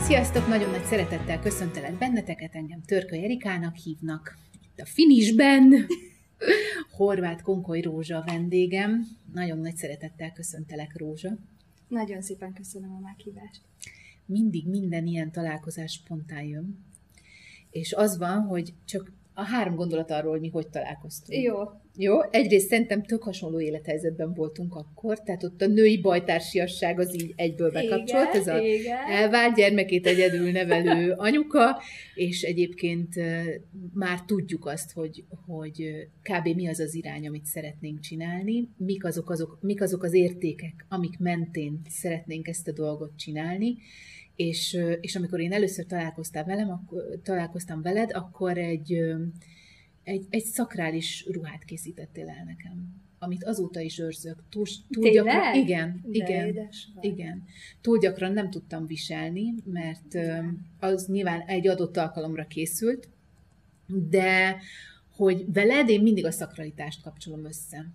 Sziasztok! Nagyon nagy szeretettel köszöntelek benneteket, engem Törköly Erikának hívnak. Itt a Finishben Horváth Konkoly Rózsa a vendégem. Nagyon nagy szeretettel köszöntelek, Rózsa. Nagyon szépen köszönöm a meghívást. Mindig minden ilyen találkozás spontán jön. És az van, hogy csak a 3 gondolat arról, mi hogy találkoztunk. Jó? Egyrészt szerintem tök hasonló élethelyzetben voltunk akkor, tehát ott a női bajtársiasság az így egyből bekapcsolt, ez az elvált gyermekét egyedül nevelő anyuka, és egyébként már tudjuk azt, hogy kb. Mi az az irány, amit szeretnénk csinálni, mik azok az értékek, amik mentén szeretnénk ezt a dolgot csinálni, és amikor én először találkoztam veled, akkor egy szakrális ruhát készítettél el nekem, amit azóta is őrzök. Túl gyakran, igen. Túl gyakran nem tudtam viselni, mert az nyilván egy adott alkalomra készült, de hogy veled én mindig a szakralitást kapcsolom össze.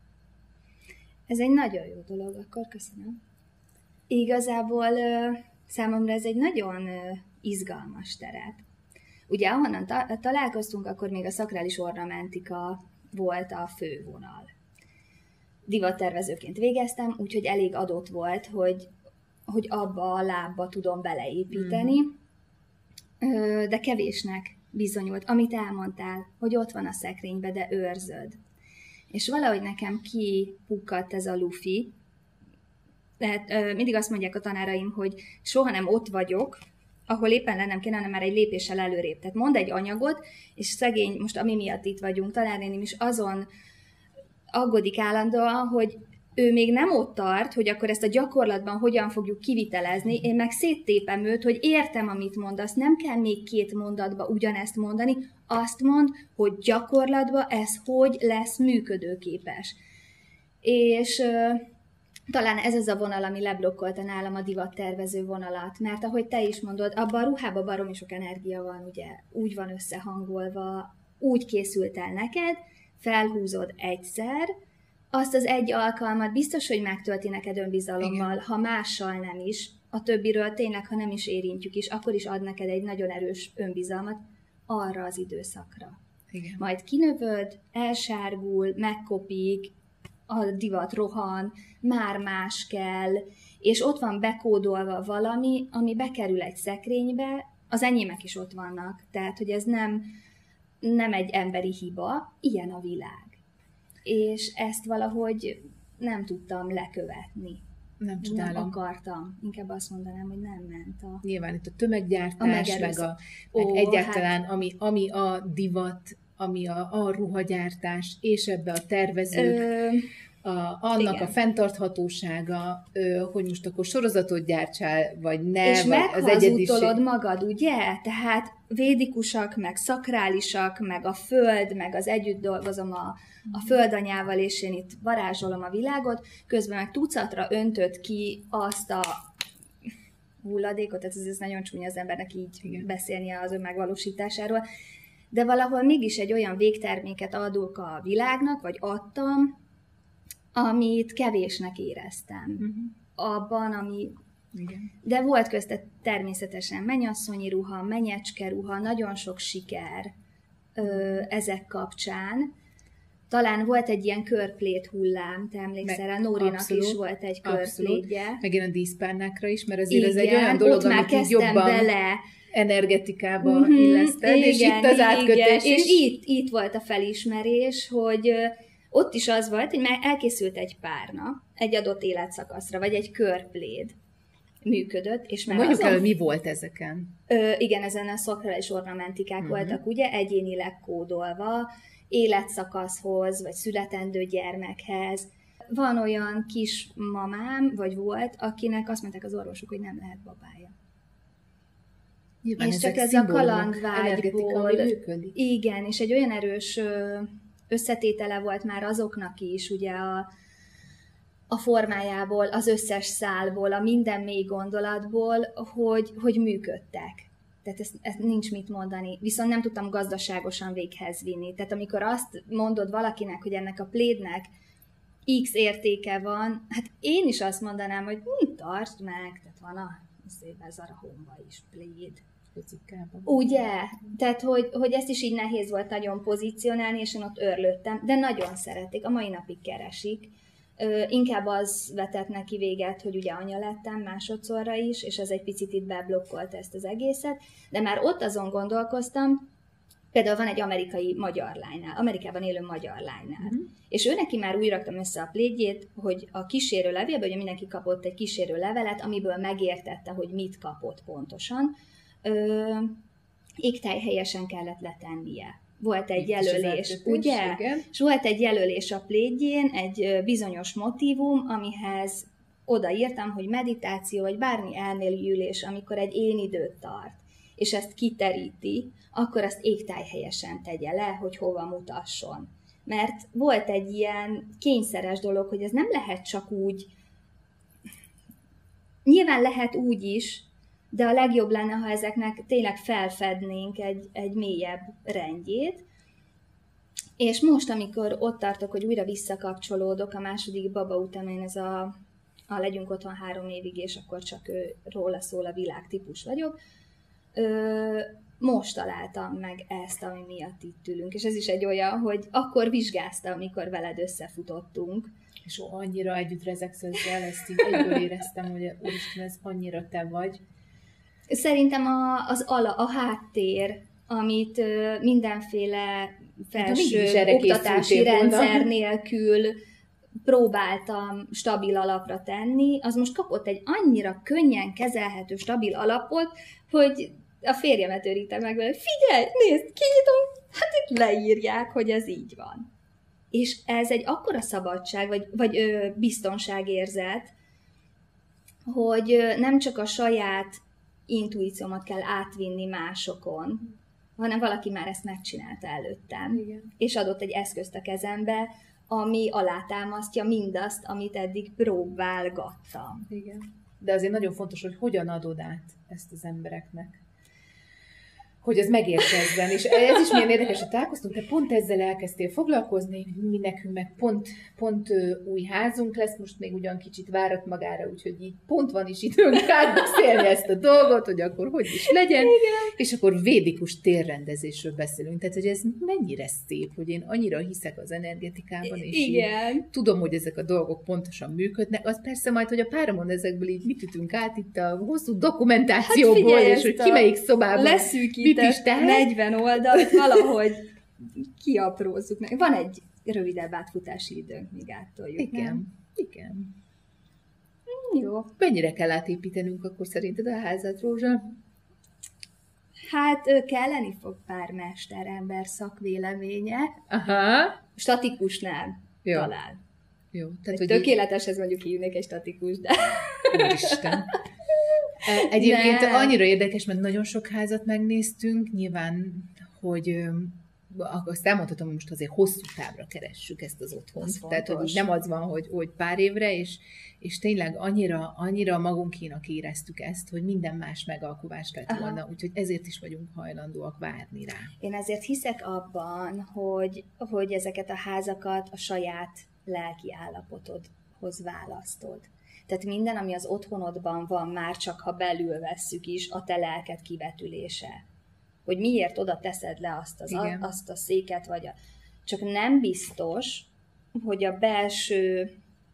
Ez egy nagyon jó dolog, akkor köszönöm. Igazából számomra ez egy nagyon izgalmas terület. Ugye, ahonnan találkoztunk, akkor még a szakrális ornamentika volt a fővonal. Divattervezőként végeztem, úgyhogy elég adott volt, hogy abba a lábba tudom beleépíteni, de kevésnek bizonyult, amit elmondtál, hogy ott van a szekrénybe, de őrzöd. És valahogy nekem kipukkadt ez a lufi. Tehát mindig azt mondják a tanáraim, hogy soha nem ott vagyok, ahol éppen lennem kéne, hanem már egy lépéssel előrébb. Tehát mond egy anyagot, és szegény, most ami miatt itt vagyunk, tanárnénim is azon aggódik állandóan, hogy ő még nem ott tart, hogy akkor ezt a gyakorlatban hogyan fogjuk kivitelezni, én meg széttépem őt, hogy értem, amit mondasz, nem kell még 2 mondatba ugyanezt mondani, azt mond, hogy gyakorlatban ez hogy lesz működőképes. És talán ez az a vonal, ami leblokkolta nálam a divattervező vonalat, mert ahogy te is mondod, abban a ruhában baromi sok energia van, ugye, úgy van összehangolva, úgy készült el neked, felhúzod egyszer, azt az egy alkalmat biztos, hogy megtölti neked önbizalommal, igen. Ha mással nem is, a többiről tényleg, ha nem is érintjük is, akkor is ad neked egy nagyon erős önbizalmat arra az időszakra. Igen. Majd kinövöd, elsárgul, megkopik, a divat rohan, már más kell, és ott van bekódolva valami, ami bekerül egy szekrénybe, az enyémek is ott vannak, tehát, hogy ez nem egy emberi hiba, ilyen a világ. És ezt valahogy nem tudtam lekövetni. Nem csodálom. Nem akartam. Inkább azt mondanám, hogy nem ment a... Nyilván itt a tömeggyártás, meg egyáltalán, hát... ami a divat, ami a ruhagyártás, és ebbe a tervezők, annak igen. A fenntarthatósága, hogy most akkor sorozatot gyártsál, vagy ne, és vagy az egyediség. És magad, ugye? Tehát védikusak, meg szakrálisak, meg a föld, meg az együtt dolgozom a földanyával, és én itt varázsolom a világot, közben meg tucatra öntöd ki azt a hulladékot, tehát ez nagyon csúnya az embernek így igen. Beszélnie az önmegvalósításáról, de valahol mégis egy olyan végterméket adok a világnak, vagy adtam, amit kevésnek éreztem. Abban, ami... Igen. De volt közte természetesen mennyasszonyi ruha, mennyecske ruha, nagyon sok siker ezek kapcsán. Talán volt egy ilyen körplét hullám, te emlékszel rá, Nórinak abszolút, is volt egy körplétje. Megint a díszpárnákra is, mert azért ez egy olyan dolog, amit így jobban bele energetikába illeszted, igen, és itt az átkötés igen. És itt volt a felismerés, hogy ott is az volt, hogy már elkészült egy párna, egy adott életszakaszra, vagy egy körpléd működött. És már mondjuk el, mi volt ezeken? Igen, ezen a szakrális ornamentikák voltak, ugye, egyénileg kódolva, életszakaszhoz, vagy születendő gyermekhez. Van olyan kis mamám, vagy volt, akinek azt mondták az orvosok, hogy nem lehet babája. Nyilván és csak ez a kalandvágyból, igen, és egy olyan erős összetétele volt már azoknak is, ugye a formájából, az összes szálból, a minden mély gondolatból, hogy működtek. Tehát ezt nincs mit mondani. Viszont nem tudtam gazdaságosan véghez vinni. Tehát amikor azt mondod valakinek, hogy ennek a plédnek X értéke van, hát én is azt mondanám, hogy tartsd meg, tehát van Zarahomba is, pléd. Focikkában. Ugye? Tehát, hogy ezt is így nehéz volt nagyon pozícionálni, és én ott örlöttem, de nagyon szeretik, a mai napig keresik. Inkább az vetett neki véget, hogy ugye anya lettem másodszorra is, és ez egy picit itt beblokkolta ezt az egészet, de már ott azon gondolkoztam, például van egy amerikai magyar lánynál, Amerikában élő magyar lánynál, és ő neki már úgy raktam össze a plédjét, hogy a kísérő levélből, ugye mindenki kapott egy kísérő levelet, amiből megértette, hogy mit kapott pontosan, égtájhelyesen kellett letennie. Volt egy jelölés, ugye? Igen. És volt egy jelölés a plédjén, egy bizonyos motívum, amihez odaírtam, hogy meditáció, vagy bármi elmélyülés, amikor egy én időt tart, és ezt kiteríti, akkor azt égtájhelyesen tegye le, hogy hova mutasson. Mert volt egy ilyen kényszeres dolog, hogy ez nem lehet csak úgy, nyilván lehet úgy is, de a legjobb lenne, ha ezeknek tényleg felfednénk egy mélyebb rendjét. És most, amikor ott tartok, hogy újra visszakapcsolódok, a második baba után én ez a legyünk otthon 3 évig, és akkor csak róla szól a világ típus vagyok, most találtam meg ezt, ami miatt itt ülünk. És ez is egy olyan, hogy akkor vizsgáztam, amikor veled összefutottunk. És annyira együtt rezegsz ezzel, ezt így egyből éreztem, hogy úristen, ez annyira te vagy. Szerintem a háttér, amit mindenféle felső oktatási rendszer nélkül próbáltam stabil alapra tenni, az most kapott egy annyira könnyen kezelhető stabil alapot, hogy a férjemet őrítem meg vele, figyelj, nézd, kinyitom, hát itt leírják, hogy ez így van. És ez egy akkora szabadság, vagy biztonságérzet, hogy nem csak a saját intuíciómat kell átvinni másokon, hanem valaki már ezt megcsinálta előttem. Igen. És adott egy eszközt a kezembe, ami alátámasztja mindazt, amit eddig próbálgattam. Igen. De azért nagyon fontos, hogy hogyan adod át ezt az embereknek. Hogy ez megérkezzen. És ez is milyen érdekes, hogy találkoztunk, te pont ezzel elkezdtél foglalkozni, mi nekünk meg pont új házunk lesz, most még ugyan kicsit várat magára, úgyhogy így pont van is időnk átbeszélni ezt a dolgot, hogy akkor hogy is legyen, igen. És akkor védikus térrendezésről beszélünk. Tehát, hogy ez mennyire szép, hogy én annyira hiszek az energetikában, és igen. Tudom, hogy ezek a dolgok pontosan működnek. Az persze majd, hogy a páramon ezekből így mit ütünk át itt a hosszú dokumentációból, hát és hogy ki melyik szobában leszűkít. 40 oldalt valahogy kiaprózzuk meg. Van egy rövidebb átfutási időnk, míg áttoljuk. Igen. Jó. Mennyire kell átépítenünk akkor szerinted a házat, Rózsa? Hát kelleni fog pár mesterember szakvéleménye. Aha. Statikus nem. Jó. Talán. Jó. Tehát, tökéleteshez mondjuk hívnék egy statikus, de... Úristen. Egyébként annyira érdekes, mert nagyon sok házat megnéztünk, nyilván, hogy azt elmondhatom, hogy most azért hosszú távra keressük ezt az otthont. Tehát, hogy nem az van, hogy pár évre, és tényleg annyira magunkénak éreztük ezt, hogy minden más megalkuvás lett volna, úgyhogy ezért is vagyunk hajlandóak várni rá. Én azért hiszek abban, hogy ezeket a házakat a saját lelki állapotodhoz választod. Tehát minden, ami az otthonodban van, már csak ha belül vesszük is, a te lelked kivetülése. Hogy miért oda teszed le azt a széket, csak nem biztos, hogy a belső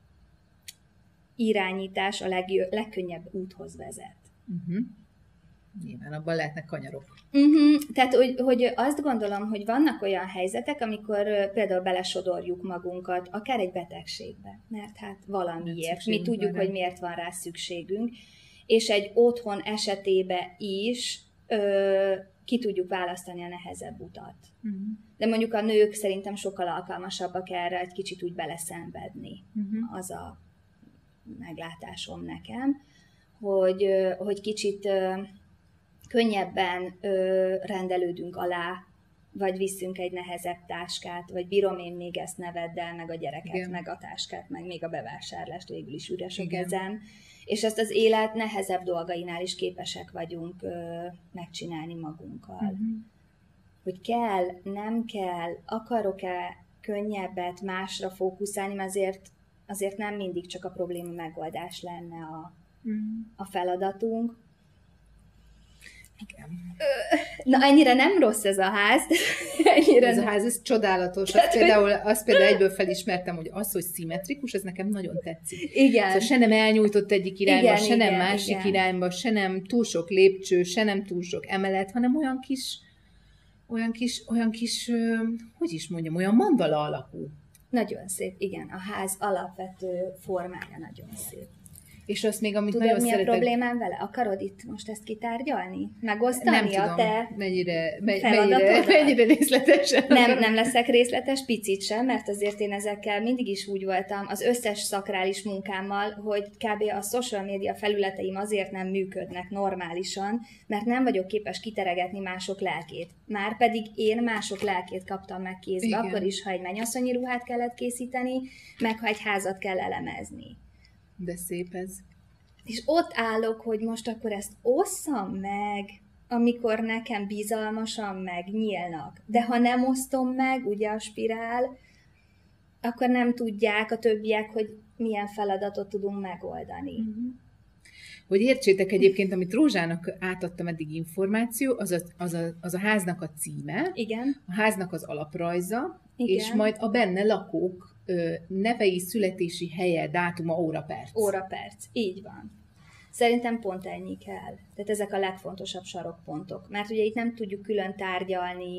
irányítás a legkönnyebb úthoz vezet. Nyilván abban lehetnek kanyarok. Tehát, hogy azt gondolom, hogy vannak olyan helyzetek, amikor például belesodorjuk magunkat, akár egy betegségbe, mert hát valamiért. Mi tudjuk, hogy miért van rá szükségünk, és egy otthon esetében is ki tudjuk választani a nehezebb utat. De mondjuk a nők szerintem sokkal alkalmasabbak erre egy kicsit úgy beleszenvedni. Az a meglátásom nekem, hogy kicsit könnyebben rendelődünk alá, vagy viszünk egy nehezebb táskát, vagy bírom én még ezt neveddel, meg a gyereket, igen. meg a táskát, meg még a bevásárlást, végül is üres a kezem. És ezt az élet nehezebb dolgainál is képesek vagyunk megcsinálni magunkkal. Hogy kell, nem kell, akarok-e könnyebbet, másra fókuszálni, mert azért nem mindig csak a probléma megoldás lenne a feladatunk, Igen. Na, ennyire nem rossz ez a ház. Ez a ház, ez csodálatos. Azt például egyből felismertem, hogy az, hogy szimmetrikus, ez nekem nagyon tetszik. Igen. Szóval se nem elnyújtott egyik irányba, se nem másik irányba, se nem túl sok lépcső, se nem túl sok emelet, hanem olyan kis, hogy is mondjam, olyan mandala alakú. Nagyon szép, igen. A ház alapvető formája nagyon szép. És azt még, amit tudod, nagyon mi szeretek... a problémám vele? Akarod itt most ezt kitárgyalni? Megosztani nem tudom, a te mennyire részletesen. Nem leszek részletes, picit sem, mert azért én ezekkel mindig is úgy voltam, az összes szakrális munkámmal, hogy kb. A social media felületeim azért nem működnek normálisan, mert nem vagyok képes kiteregetni mások lelkét. Márpedig én mások lelkét kaptam meg kézbe, igen. Akkor is, ha egy mennyasszonyi ruhát kellett készíteni, meg ha egy házat kell elemezni. De szép ez. És ott állok, hogy most akkor ezt osszam meg, amikor nekem bizalmasan megnyílnak. De ha nem osztom meg, ugye a spirál, akkor nem tudják a többiek, hogy milyen feladatot tudunk megoldani. Uh-huh. Hogy értsétek egyébként, amit Rózsának átadtam eddig információ, az a háznak a címe, igen. A háznak az alaprajza, igen. És majd a benne lakók nevei, születési helye, dátuma, óra-perc. Óra-perc, így van. Szerintem pont ennyi kell. Tehát ezek a legfontosabb sarokpontok. Mert ugye itt nem tudjuk külön tárgyalni.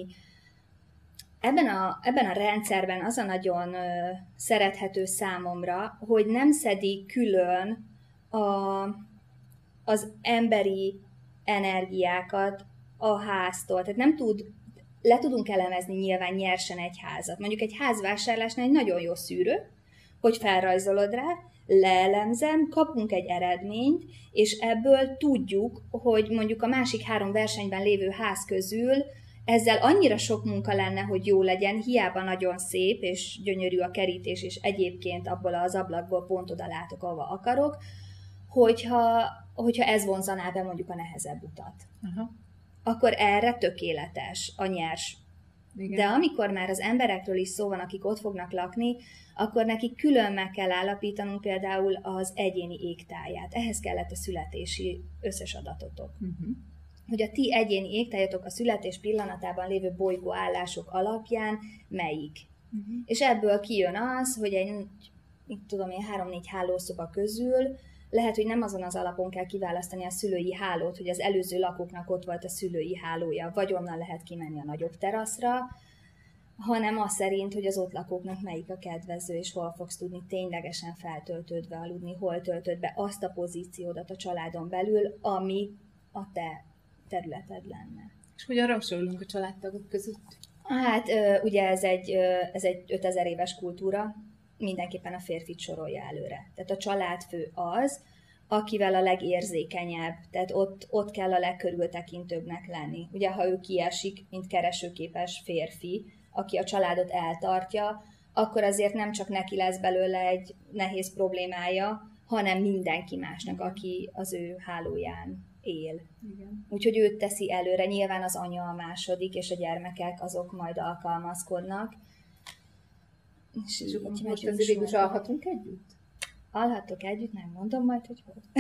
Ebben a rendszerben az a nagyon szerethető számomra, hogy nem szedik külön az emberi energiákat a háztól. Tehát nem le tudunk elemezni nyilván nyersen egy házat. Mondjuk egy házvásárlásnál egy nagyon jó szűrő, hogy felrajzolod rá, leelemzem, kapunk egy eredményt, és ebből tudjuk, hogy mondjuk a másik 3 versenyben lévő ház közül ezzel annyira sok munka lenne, hogy jó legyen, hiába nagyon szép, és gyönyörű a kerítés, és egyébként abból az ablakból pont oda látok, ahova akarok, hogyha ez vonzaná be mondjuk a nehezebb utat. Aha. Akkor erre tökéletes a nyers. Igen. De amikor már az emberekről is szó van, akik ott fognak lakni, akkor nekik külön meg kell állapítanunk például az egyéni égtáját. Ehhez kellett a születési összes adatotok. Uh-huh. Hogy a ti egyéni égtájatok a születés pillanatában lévő bolygóállások alapján melyik. Uh-huh. És ebből kijön az, hogy egy 3-4 hálószoba közül lehet, hogy nem azon az alapon kell kiválasztani a szülői hálót, hogy az előző lakóknak ott volt a szülői hálója, vagy onnan lehet kimenni a nagyobb teraszra, hanem az szerint, hogy az ott lakóknak melyik a kedvező, és hol fogsz tudni ténylegesen feltöltődve aludni, hol töltöd be azt a pozíciódat a családon belül, ami a te területed lenne. És hogyan rangsorolunk a családtagok között? Hát ugye ez egy 5000 éves kultúra, mindenképpen a férfit sorolja előre. Tehát a családfő az, akivel a legérzékenyebb, tehát ott kell a legkörültekintőbbnek lenni. Ugye, ha ő kiesik, mint keresőképes férfi, aki a családot eltartja, akkor azért nem csak neki lesz belőle egy nehéz problémája, hanem mindenki másnak, aki az ő hálóján él. Igen. Úgyhogy őt teszi előre. Nyilván az anya a második, és a gyermekek azok majd alkalmazkodnak. És most azért végül is alhatunk együtt? Alhattok együtt, nem mondom majd, hogy hogy.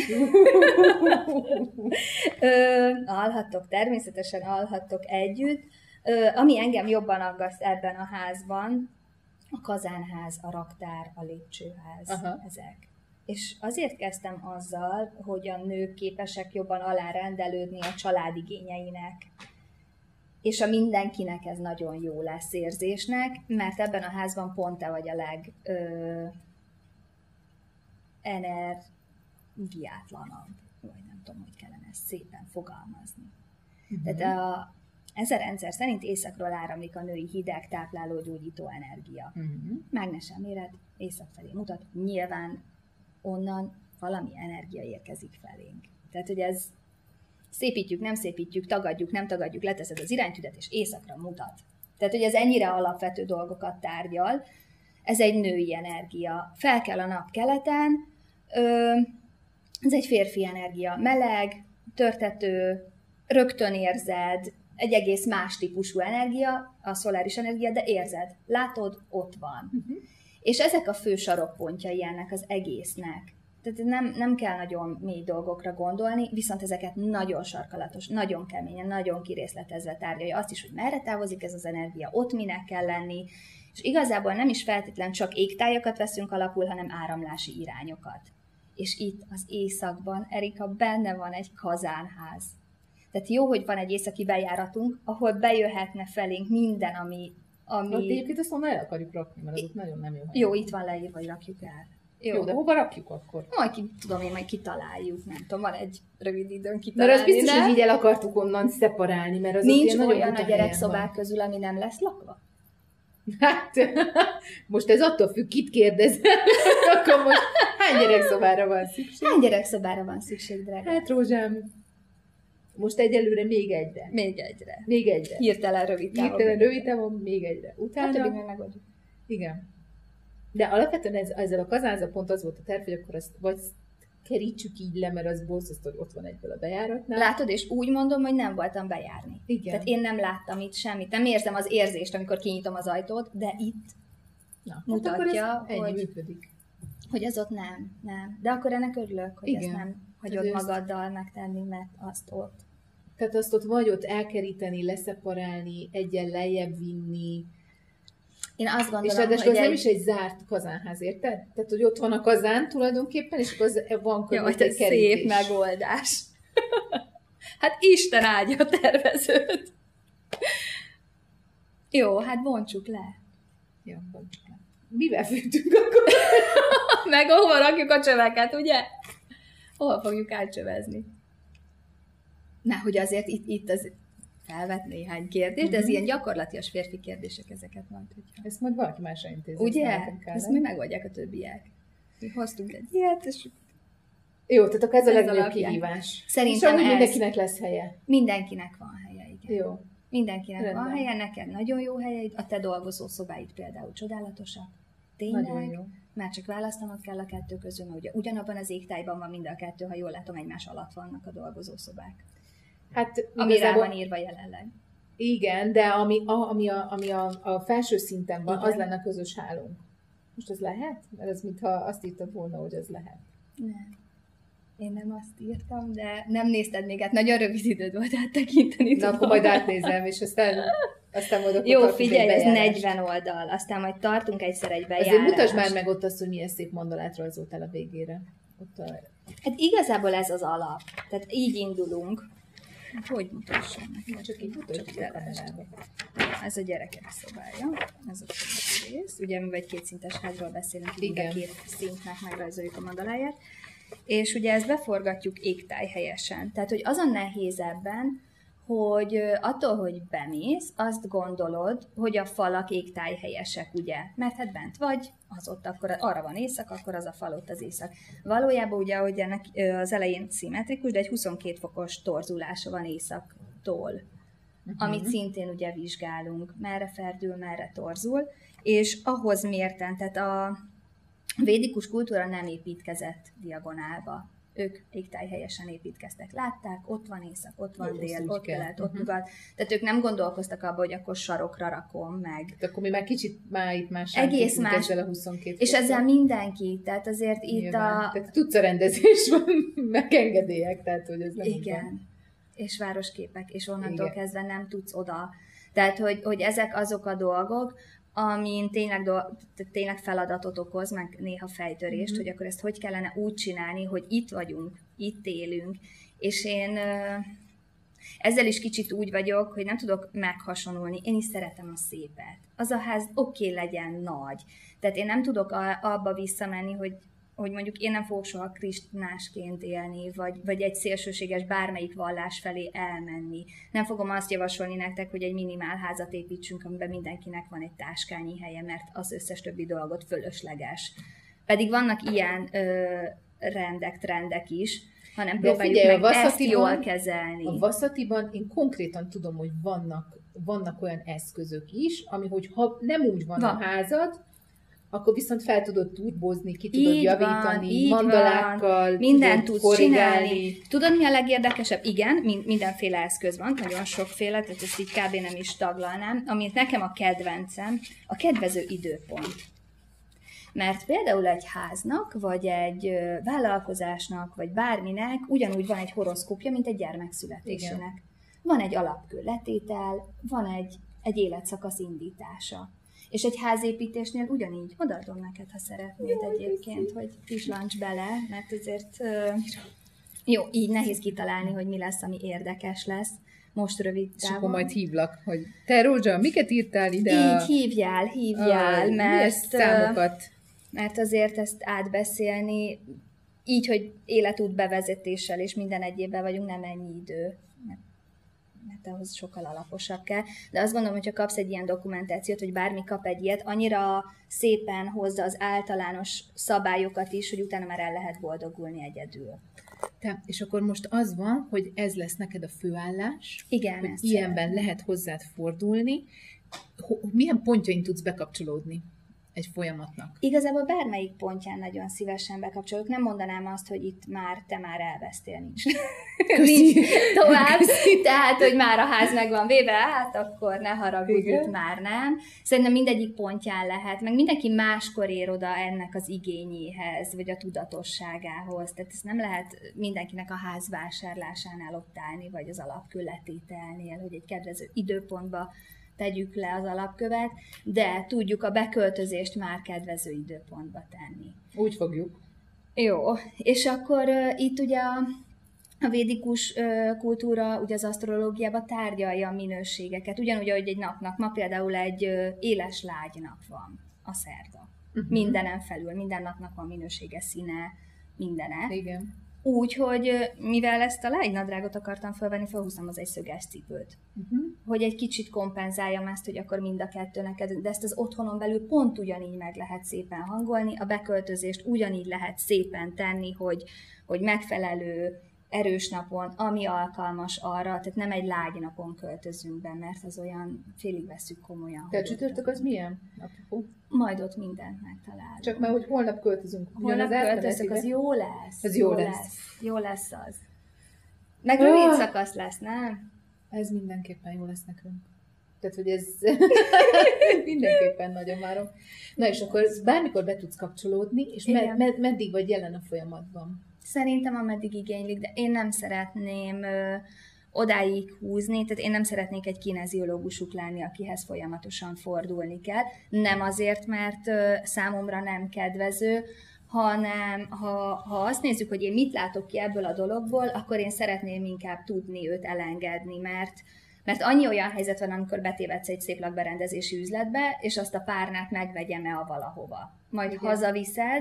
Alhattok, természetesen alhattok együtt. Ami engem jobban aggaszt ebben a házban, a kazánház, a raktár, a lépcsőház, aha. Ezek. És azért kezdtem azzal, hogy a nők képesek jobban alárendelődni a családigényeinek. És a mindenkinek ez nagyon jó lesz érzésnek, mert ebben a házban pont te vagy a energiátlanabb, vagy nem tudom, hogy kellene ezt szépen fogalmazni. Uh-huh. Tehát ez a rendszer szerint északról áramlik a női hideg, tápláló, gyógyító energia. Uh-huh. Mágnesen méret észak felé mutat, nyilván onnan valami energia érkezik felénk. Tehát, hogy ez szépítjük, nem szépítjük, tagadjuk, nem tagadjuk, leteszed az iránytüdet, és északra mutat. Tehát, hogy ez ennyire alapvető dolgokat tárgyal. Ez egy női energia. Fel kell a nap keleten, ez egy férfi energia. Meleg, törtető, rögtön érzed, egy egész más típusú energia, a szoláris energia, de érzed, látod, ott van. Uh-huh. És ezek a fő sarokpontjai ennek az egésznek. Tehát nem kell nagyon mély dolgokra gondolni, viszont ezeket nagyon sarkalatos, nagyon keményen, nagyon kirészletezve tárgyalja azt is, hogy merre távozik ez az energia, ott minek kell lenni, és igazából nem is feltétlen csak égtájakat veszünk alapul, hanem áramlási irányokat. És itt az északban, Erika, benne van egy kazánház. Tehát jó, hogy van egy északi bejáratunk, ahol bejöhetne felénk minden, ami... Ott egyébként azt mondom, el akarjuk rakni, mert az ott nagyon nem jó. Jó, itt van leírva, hogy rakjuk el. Jó, de hova rakjuk akkor? Majd kitaláljuk, nem tudom, van egy rövid időn kitalálni. Mert az biztos, hogy így el akartuk onnan szeparálni, mert az nincs olyan a gyerekszobák közül, ami nem lesz lakva? Hát, most ez attól függ, kit kérdezel. Akkor most hány gyerekszobára van szükség? Hány gyerekszobára van szükség, drága? Hát, Rózsám, most egyelőre még egyre. Még egyre. Hirtelen rövid távon, még egyre. Utána... Hát, többi megoldjuk. Igen. De alapvetően ezzel a kazánza pont az volt a terv, hogy akkor azt vagy kerítsük így le, mert az borzasztó, hogy ott van egyből a bejáratnál. Látod, és úgy mondom, hogy nem voltam bejárni. Igen. Tehát én nem láttam itt semmit. Nem érzem az érzést, amikor kinyitom az ajtót, de itt mutatja, hogy ez ott nem. De akkor ennek örülök, hogy ezt nem hagyod magaddal megtenni, mert azt ott. Tehát azt ott vagy ott elkeríteni, leszeparálni, egyen lejjebb vinni. Én azt gondolom, és ráadásul az nem is egy zárt kazánház, érted? Tehát, hogy ott van a kazán tulajdonképpen, és akkor van körülött egy kerítés. Szép megoldás. Hát Isten áldja a tervezőt. Jó, hát bontsuk le. Ja, bontsuk le. Mivel fűtünk akkor? Meg hova rakjuk a csöveket, ugye? Hol fogjuk átcsövezni? Na, hogy azért itt az... felvet néhány kérdést, de ez ilyen gyakorlatias férfi kérdések ezeket majd. Hogyha... Ezt majd valaki másra intézi. Ugye? Ezt mi megoldják a többiek. Mi hoztunk egy ilyet, és... Jó, tehát akkor ez a legnagyobb kihívás. Szerintem mindenkinek lesz helye. Mindenkinek van helye, igen. Jó. Mindenkinek van helye, neked nagyon jó helyeid, a te dolgozó szobáid például csodálatosak. Tényleg, már csak választanod kell a kettő közül, mert ugye ugyanabban az égtájban van mind a kettő, ha jól látom, egymás alatt vannak a dolgozó szobák. Hát, ami rá van írva jelenleg. Igen, de ami a felső szinten van, igen, az lenne a közös hálónk. Most ez lehet? Mert ez mintha azt írtad volna, hogy ez lehet. Nem. Én nem azt írtam, de nem nézted még, hát nagyon rövid időd volt áttekinteni. Na, akkor majd átnézem, és aztán majd akkor jó, figyelj, ez 40 oldal, aztán majd tartunk egyszer egy bejárást. Azért mutasd már meg ott azt, hogy milyen szép mandalát rajzoltál a végére. Hát igazából ez az alap. Tehát így indulunk. Hogy mutassam neki? Csak így mutatjuk a kamerába. Ez a gyerekek szobája, ez a rész. Ugye, mivel egy kétszintes házról beszélünk, így a két szintnek megrajzoljuk a mandaláját. És ugye ezt beforgatjuk égtájhelyesen. Tehát, hogy az a nehéz ebben, hogy attól, hogy bemész, azt gondolod, hogy a falak égtájhelyesek, ugye? Mert hát bent vagy, az ott akkor arra van észak, akkor az a fal ott az észak. Valójában ugye, hogy ennek az elején szimmetrikus, de egy 22 fokos torzulása van északtól, amit szintén ugye vizsgálunk, merre ferdül, merre torzul, és ahhoz mérten, tehát a védikus kultúra nem építkezett diagonálba. Ők égtájhelyesen építkeztek. Látták, ott van észak, ott van dél, ott kelet, ott nyugat. Tehát ők nem gondolkoztak abba, hogy akkor sarokra rakom meg. Tehát akkor mi már kicsit itt más egész más. Ezzel a 22 és ezzel mindenki, tehát azért itt Tehát tudcarendezés van, meg engedélyek, tehát hogy ez nem igen. Van. És városképek, és onnantól kezdve nem tudsz oda. Tehát, hogy ezek azok a dolgok, amin tényleg feladatot okoz, meg néha fejtörést, hogy akkor ezt hogy kellene úgy csinálni, hogy itt vagyunk, itt élünk, és én ezzel is kicsit úgy vagyok, hogy nem tudok meghasonulni, én is szeretem a szépet. Az a ház oké, legyen nagy. Tehát én nem tudok abba visszamenni, hogy mondjuk én nem fogok soha kristinásként élni, vagy egy szélsőséges bármelyik vallás felé elmenni. Nem fogom azt javasolni nektek, hogy egy minimál házat építsünk, amiben mindenkinek van egy táskányi helye, mert az összes többi dolgot fölösleges. Pedig vannak ilyen trendek is, hanem próbáljuk meg ezt jól kezelni. A Vaszatiban én konkrétan tudom, hogy vannak olyan eszközök is, ami, hogyha nem úgy van a házad, akkor viszont fel tudod turbozni, ki tudod így javítani, mandalákkal, mindent tudsz csinálni. Tudod, mi a legérdekesebb? Igen, mindenféle eszköz van, nagyon sokféle, tehát ezt így kb. Nem is taglalnám. Amit nekem a kedvencem, a kedvező időpont. Mert például egy háznak, vagy egy vállalkozásnak, vagy bárminek ugyanúgy van egy horoszkópja, mint egy gyermek születésének. Igen. Van egy alapkő letétel, van egy életszakasz indítása. És egy házépítésnél ugyanígy odaadom neked, ha szeretnéd egyébként, hogy kislancs bele, mert azért jó, így nehéz kitalálni, hogy mi lesz, ami érdekes lesz. Most rövid távon. És akkor majd hívlak, hogy te Rózsa, miket írtál ide? Így hívjál, mert azért ezt átbeszélni, így, hogy életút bevezetéssel és minden egyébben vagyunk, nem ennyi idő. Mert ahhoz sokkal alaposabb kell. De azt gondolom, hogyha kapsz egy ilyen dokumentációt, hogy bármi kap egy ilyet, annyira szépen hozza az általános szabályokat is, hogy utána már el lehet boldogulni egyedül. És akkor most az van, hogy ez lesz neked a főállás. Igen, hogy ilyenben lehet hozzád fordulni. Milyen pontjain tudsz bekapcsolódni egy folyamatnak? Igazából bármelyik pontján nagyon szívesen bekapcsolok. Nem mondanám azt, hogy itt te már elvesztél, nincs tovább. Tehát, hogy már a ház meg van véve, hát akkor ne haragudj, itt már nem. Szerintem mindegyik pontján lehet, meg mindenki máskor ér oda ennek az igényéhez, vagy a tudatosságához. Tehát ez nem lehet mindenkinek a ház vásárlásánál ott állni, vagy az alapkő letételnél, hogy egy kedvező időpontba tegyük le az alapkövet, de tudjuk a beköltözést már kedvező időpontba tenni. Úgy fogjuk. Jó, és akkor itt ugye a védikus kultúra, ugye az asztrológiában tárgyalja a minőségeket, ugyanúgy, ahogy egy napnak, ma például egy éles lágy nap van, a szerda. Mindenen felül, minden napnak van minősége, színe, mindene. Igen. Úgy, hogy mivel ezt a lágynadrágot akartam felvenni, felhúztam az egy szöges cipőt. Hogy egy kicsit kompenzáljam ezt, hogy akkor mind a kettő neked, de ezt az otthonon belül pont ugyanígy meg lehet szépen hangolni, a beköltözést ugyanígy lehet szépen tenni, hogy megfelelő erős napon, ami alkalmas arra, tehát nem egy lágy napon költözünk be, mert az olyan félig vesszük komolyan. De a csütörtök az milyen? Majd ott mindent megtalálunk. Csak már, hogy holnap költözünk. Holnap költözünk, az jó lesz. Az jó lesz. Jó lesz az. Meg rövid szakasz lesz, nem? Ez mindenképpen jó lesz nekünk. Tehát, hogy ez mindenképpen nagyon várom. Na és akkor bármikor be tudsz kapcsolódni, és meddig vagy jelen a folyamatban? Szerintem ameddig igénylik, de én nem szeretném odáig húzni, tehát én nem szeretnék egy kineziológusuk lenni, akihez folyamatosan fordulni kell. Nem azért, mert számomra nem kedvező, hanem ha azt nézzük, hogy én mit látok ki ebből a dologból, akkor én szeretném inkább tudni őt elengedni, mert annyi olyan helyzet van, amikor betévedsz egy szép lakberendezési üzletbe, és azt a párnát megvegyem-e a valahova. Majd hazaviszed,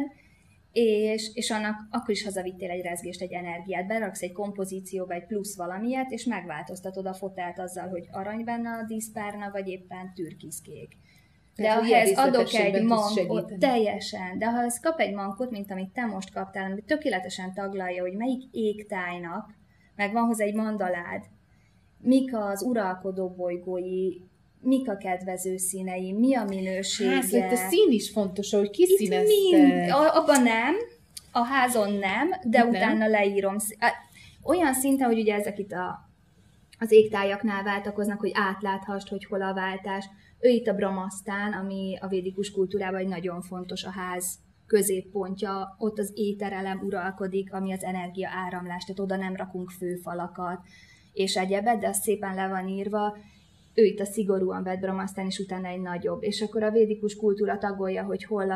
és annak akkor is hazavittél egy rezgést, egy energiát, beraksz egy kompozícióba egy plusz valamilyet, és megváltoztatod a fotelt azzal, hogy arany benne a díszpárna, vagy éppen türkiszkék. De ha ez adok egy mankot, teljesen, de ha ez kap egy mankot, mint amit te most kaptál, ami tökéletesen taglalja, hogy melyik égtájnak, meg van hozzá egy mandalád, mik az uralkodó bolygói, mik a kedvező színei, mi a minősége. Hát, itt a szín is fontos, hogy kiszínezted. Abban nem, a házon nem, de nem. Utána leírom. Olyan szinten, hogy ugye ezek itt az égtájaknál váltakoznak, hogy átláthast, hogy hol a váltás. Ő itt a Brahmasztán, ami a védikus kultúrában egy nagyon fontos, a ház középpontja, ott az éterelem uralkodik, ami az energia áramlás, tehát oda nem rakunk főfalakat, és egyebet, de az szépen le van írva. Ő itt a szigorúan vett Brahmasztán, és utána egy nagyobb. És akkor a védikus kultúra tagolja, hogy hol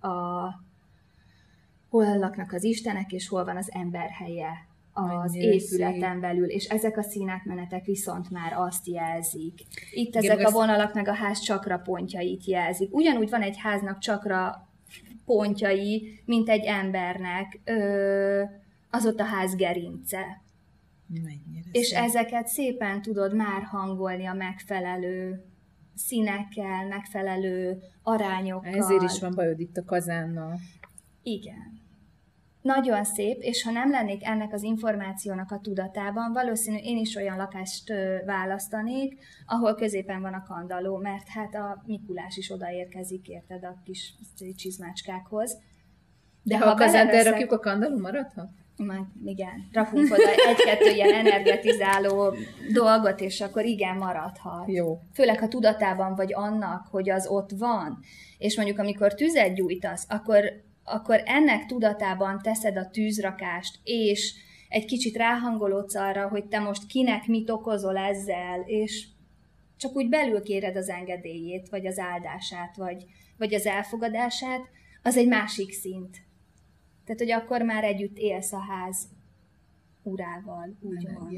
laknak az istenek, és hol van az ember helye az épületen belül. És ezek a színátmenetek viszont már azt jelzik. Itt ezek a vonalak meg a ház csakra pontjait jelzik. Ugyanúgy van egy háznak csakra pontjai, mint egy embernek. Az ott a ház gerince. És ezeket szépen tudod már hangolni a megfelelő színekkel, megfelelő arányokkal. Ezért is van bajod itt a kazánnal. Igen. Nagyon szép, és ha nem lennék ennek az információnak a tudatában, valószínű én is olyan lakást választanék, ahol középen van a kandalló, mert hát a Mikulás is odaérkezik, érted, a kis csizmácskákhoz. De ha a kazánt elrakjuk, a kandalló maradhat? Igen, rakunk oda egy-kettő ilyen energetizáló dolgot, és akkor igen, maradhat. Jó. Főleg, ha tudatában vagy annak, hogy az ott van, és mondjuk amikor tüzet gyújtasz, akkor ennek tudatában teszed a tűzrakást, és egy kicsit ráhangolódsz arra, hogy te most kinek mit okozol ezzel, és csak úgy belül kéred az engedélyét, vagy az áldását, vagy az elfogadását, az egy másik szint. Tehát, hogy akkor már együtt élsz a ház urával, úgymond.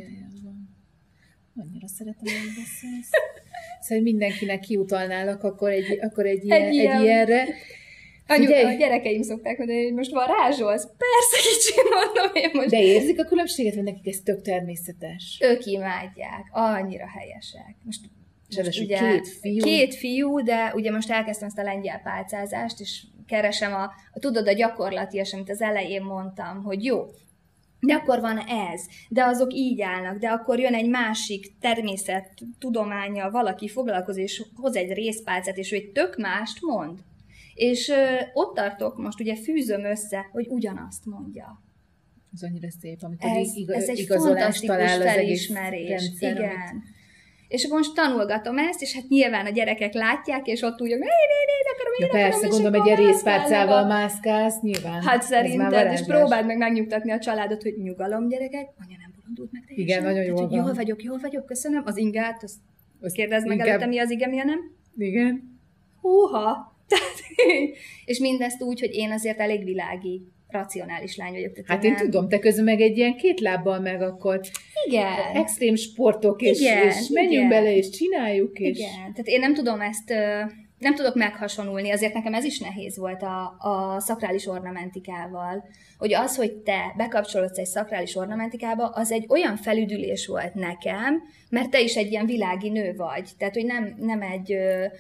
Annyira szeretem, hogy beszélsz. Szóval mindenkinek kiutalnálak akkor egy ilyenre. A gyerekeim szokták mondani, hogy most varázsolsz? Persze, kicsi, mondom én most. De érzik a különbséget, hogy nekik ez tök természetes? Ők imádják, annyira helyesek. Most ugye két fiú, de ugye most elkezdtem ezt a lengyel pálcázást, és keresem tudod, a gyakorlatias, amit az elején mondtam, hogy jó, de akkor van ez, de azok így állnak, de akkor jön egy másik természettudománnyal valaki foglalkozik, és hoz egy részpálcát, és ő egy tök mást mond. És ott tartok, most ugye fűzöm össze, hogy ugyanazt mondja. Ez annyira szép, amikor ez egy fantasztikus felismerés. Igen. Amit... És akkor most tanulgatom ezt, és hát nyilván a gyerekek látják, és ott úgy, persze, gondolom, egy ilyen részpálcával mászkálsz, nyilván. Hát szerinted, és próbáld meg megnyugtatni a családot, hogy nyugalom, gyerekek, anya nem bolondult meg teljesen. Igen, nagyon jól van. Jól vagyok, köszönöm. Az ingát, azt kérdezd meg előtte, mi az ige, mi a nem? Igen. Húha! És mindezt úgy, hogy én azért elég világi, racionális lány vagyok. Hát én tudom, te közben meg egy ilyen két lábbal meg akkor igen. Extrém sportok, és menjünk bele, és csináljuk. És... Igen, tehát én nem tudom ezt, nem tudok meghasonulni, azért nekem ez is nehéz volt a szakrális ornamentikával, hogy az, hogy te bekapcsolódsz egy szakrális ornamentikába, az egy olyan felüdülés volt nekem, mert te is egy ilyen világi nő vagy, tehát hogy nem egy...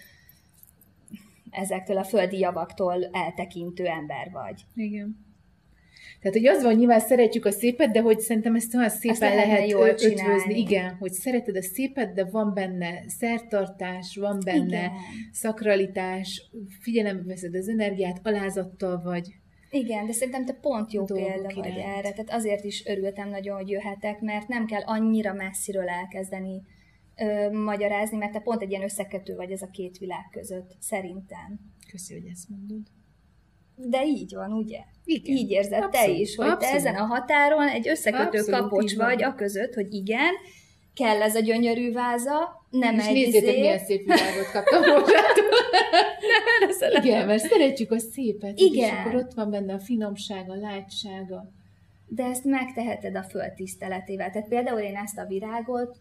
ezektől a földi javaktól eltekintő ember vagy. Igen. Tehát, hogy az van, hogy nyilván szeretjük a szépet, de hogy szerintem ezt olyan szépen lehet ötvözni. Igen, hogy szereted a szépet, de van benne szertartás, van benne szakralitás, figyelembe veszed az energiát, alázattal vagy. Igen, de szerintem te pont jó példa vagy erre. Tehát azért is örültem nagyon, hogy jöhetek, mert nem kell annyira messziről elkezdeni magyarázni, mert te pont egy ilyen összekötő vagy ez a két világ között, szerintem. Köszi, hogy ezt mondod. De így van, ugye? Igen. Így érzed te is, hogy te ezen a határon egy összekötő kapocs vagy a között, hogy igen, kell ez a gyönyörű váza, nem és egy nézzétek, milyen szép világot kaptam rózsától. Igen, mert szeretjük a szépet. Igen. És akkor ott van benne a finomság, a lágysága. De ezt megteheted a föld tiszteletével. Tehát például én ezt a virágot...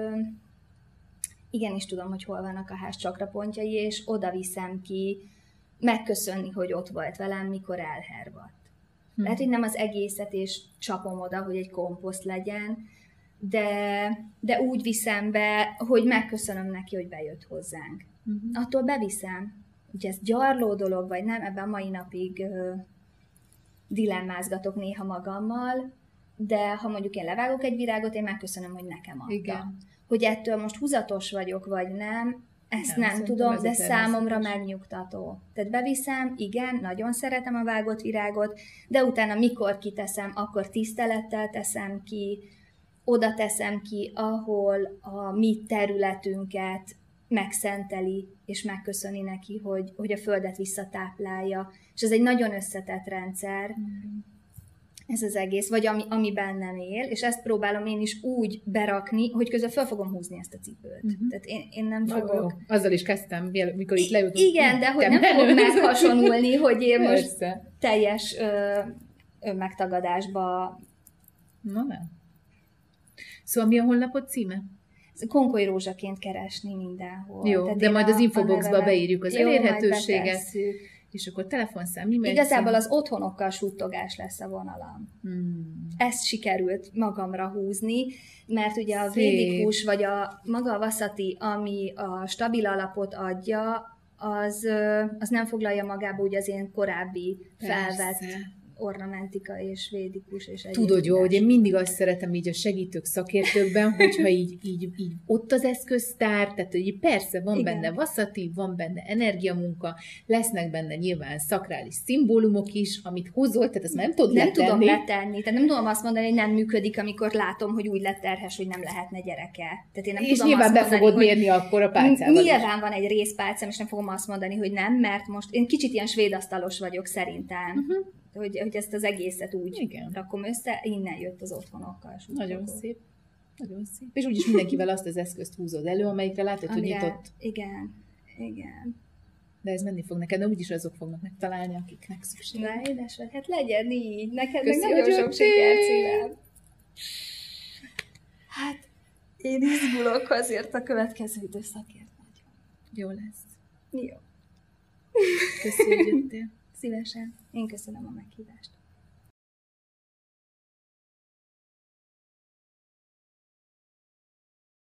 igenis tudom, hogy hol vannak a ház csakrapontjai, és oda viszem ki megköszönni, hogy ott volt velem, mikor elhervadt. Lehet, hogy nem az egészet, és csapom oda, hogy egy komposzt legyen, de úgy viszem be, hogy megköszönöm neki, hogy bejött hozzánk. Attól beviszem. Ugye ez gyarló dolog, vagy nem, ebben a mai napig dilemmázgatok néha magammal, de ha mondjuk én levágok egy virágot, én megköszönöm, hogy nekem adta. Igen. Hogy ettől most húzatos vagyok, vagy nem, ezt nem tudom, de számomra megnyugtató. Tehát beviszem, igen, nagyon szeretem a vágott virágot, de utána mikor kiteszem, akkor tisztelettel teszem ki, oda teszem ki, ahol a mi területünket megszenteli, és megköszöni neki, hogy a földet visszatáplálja. És ez egy nagyon összetett rendszer, ez az egész, vagy ami bennem él, és ezt próbálom én is úgy berakni, hogy közben fel fogom húzni ezt a cipőt. Tehát én nem fogok... Jó. Azzal is kezdtem, mikor itt lejutunk. Igen, de hogy nem fogok meghasonulni, hogy én most teljes megtagadásba... Na nem. Szóval mi a honlapod címe? Konkoly rózsaként keresni mindenhol. Jó, tehát de majd az infoboxba beírjuk az elérhetőséget. És akkor telefonszám, mi megy? Igazából az otthonokkal suttogás lesz a vonalam. Ezt sikerült magamra húzni, mert ugye a védikus, vagy maga a vaszati, ami a stabil alapot adja, az nem foglalja magába ugye az én korábbi felvett ornamentika és védikus és egyéb. Tudod jó, hogy én mindig azt szeretem így a segítők, szakértőkben, hogyha így ott az eszköztár, tehát hogy persze van igen. benne vaszati, van benne energiamunka, lesznek benne nyilván szakrális szimbólumok is, amit hozol, tehát azt nem tudod letenni. Nem tudom letenni, tehát nem tudom azt mondani, hogy nem működik, amikor látom, hogy úgy lett terhes, hogy nem lehetne gyereke. Tehát én nem és tudom nyilván azt be mondani, fogod mérni akkor a pálcával. Nyilván van egy részpálcám, és nem fogom azt mondani, hogy nem, mert most én kicsit ilyen svédasztalos vagyok szerintem. Hogy ezt az egészet úgy igen. rakom össze, innen jött az otthonokkal. Nagyon szép. Nagyon szép. És úgyis mindenkivel azt az eszközt húzod elő, amelyikre látod, hogy nyitott. Igen. De ez menni fog neked, de úgyis azok fognak megtalálni, akiknek szükség. Na, édes vagy, hát legyen így. Neked meg nagyon sok sikert szívem. Hát, én izgulok azért a következő időszakért nagyon. Jó lesz. Jó. Köszönjük, hogy jöttél. Szívesen. Én köszönöm a meghívást.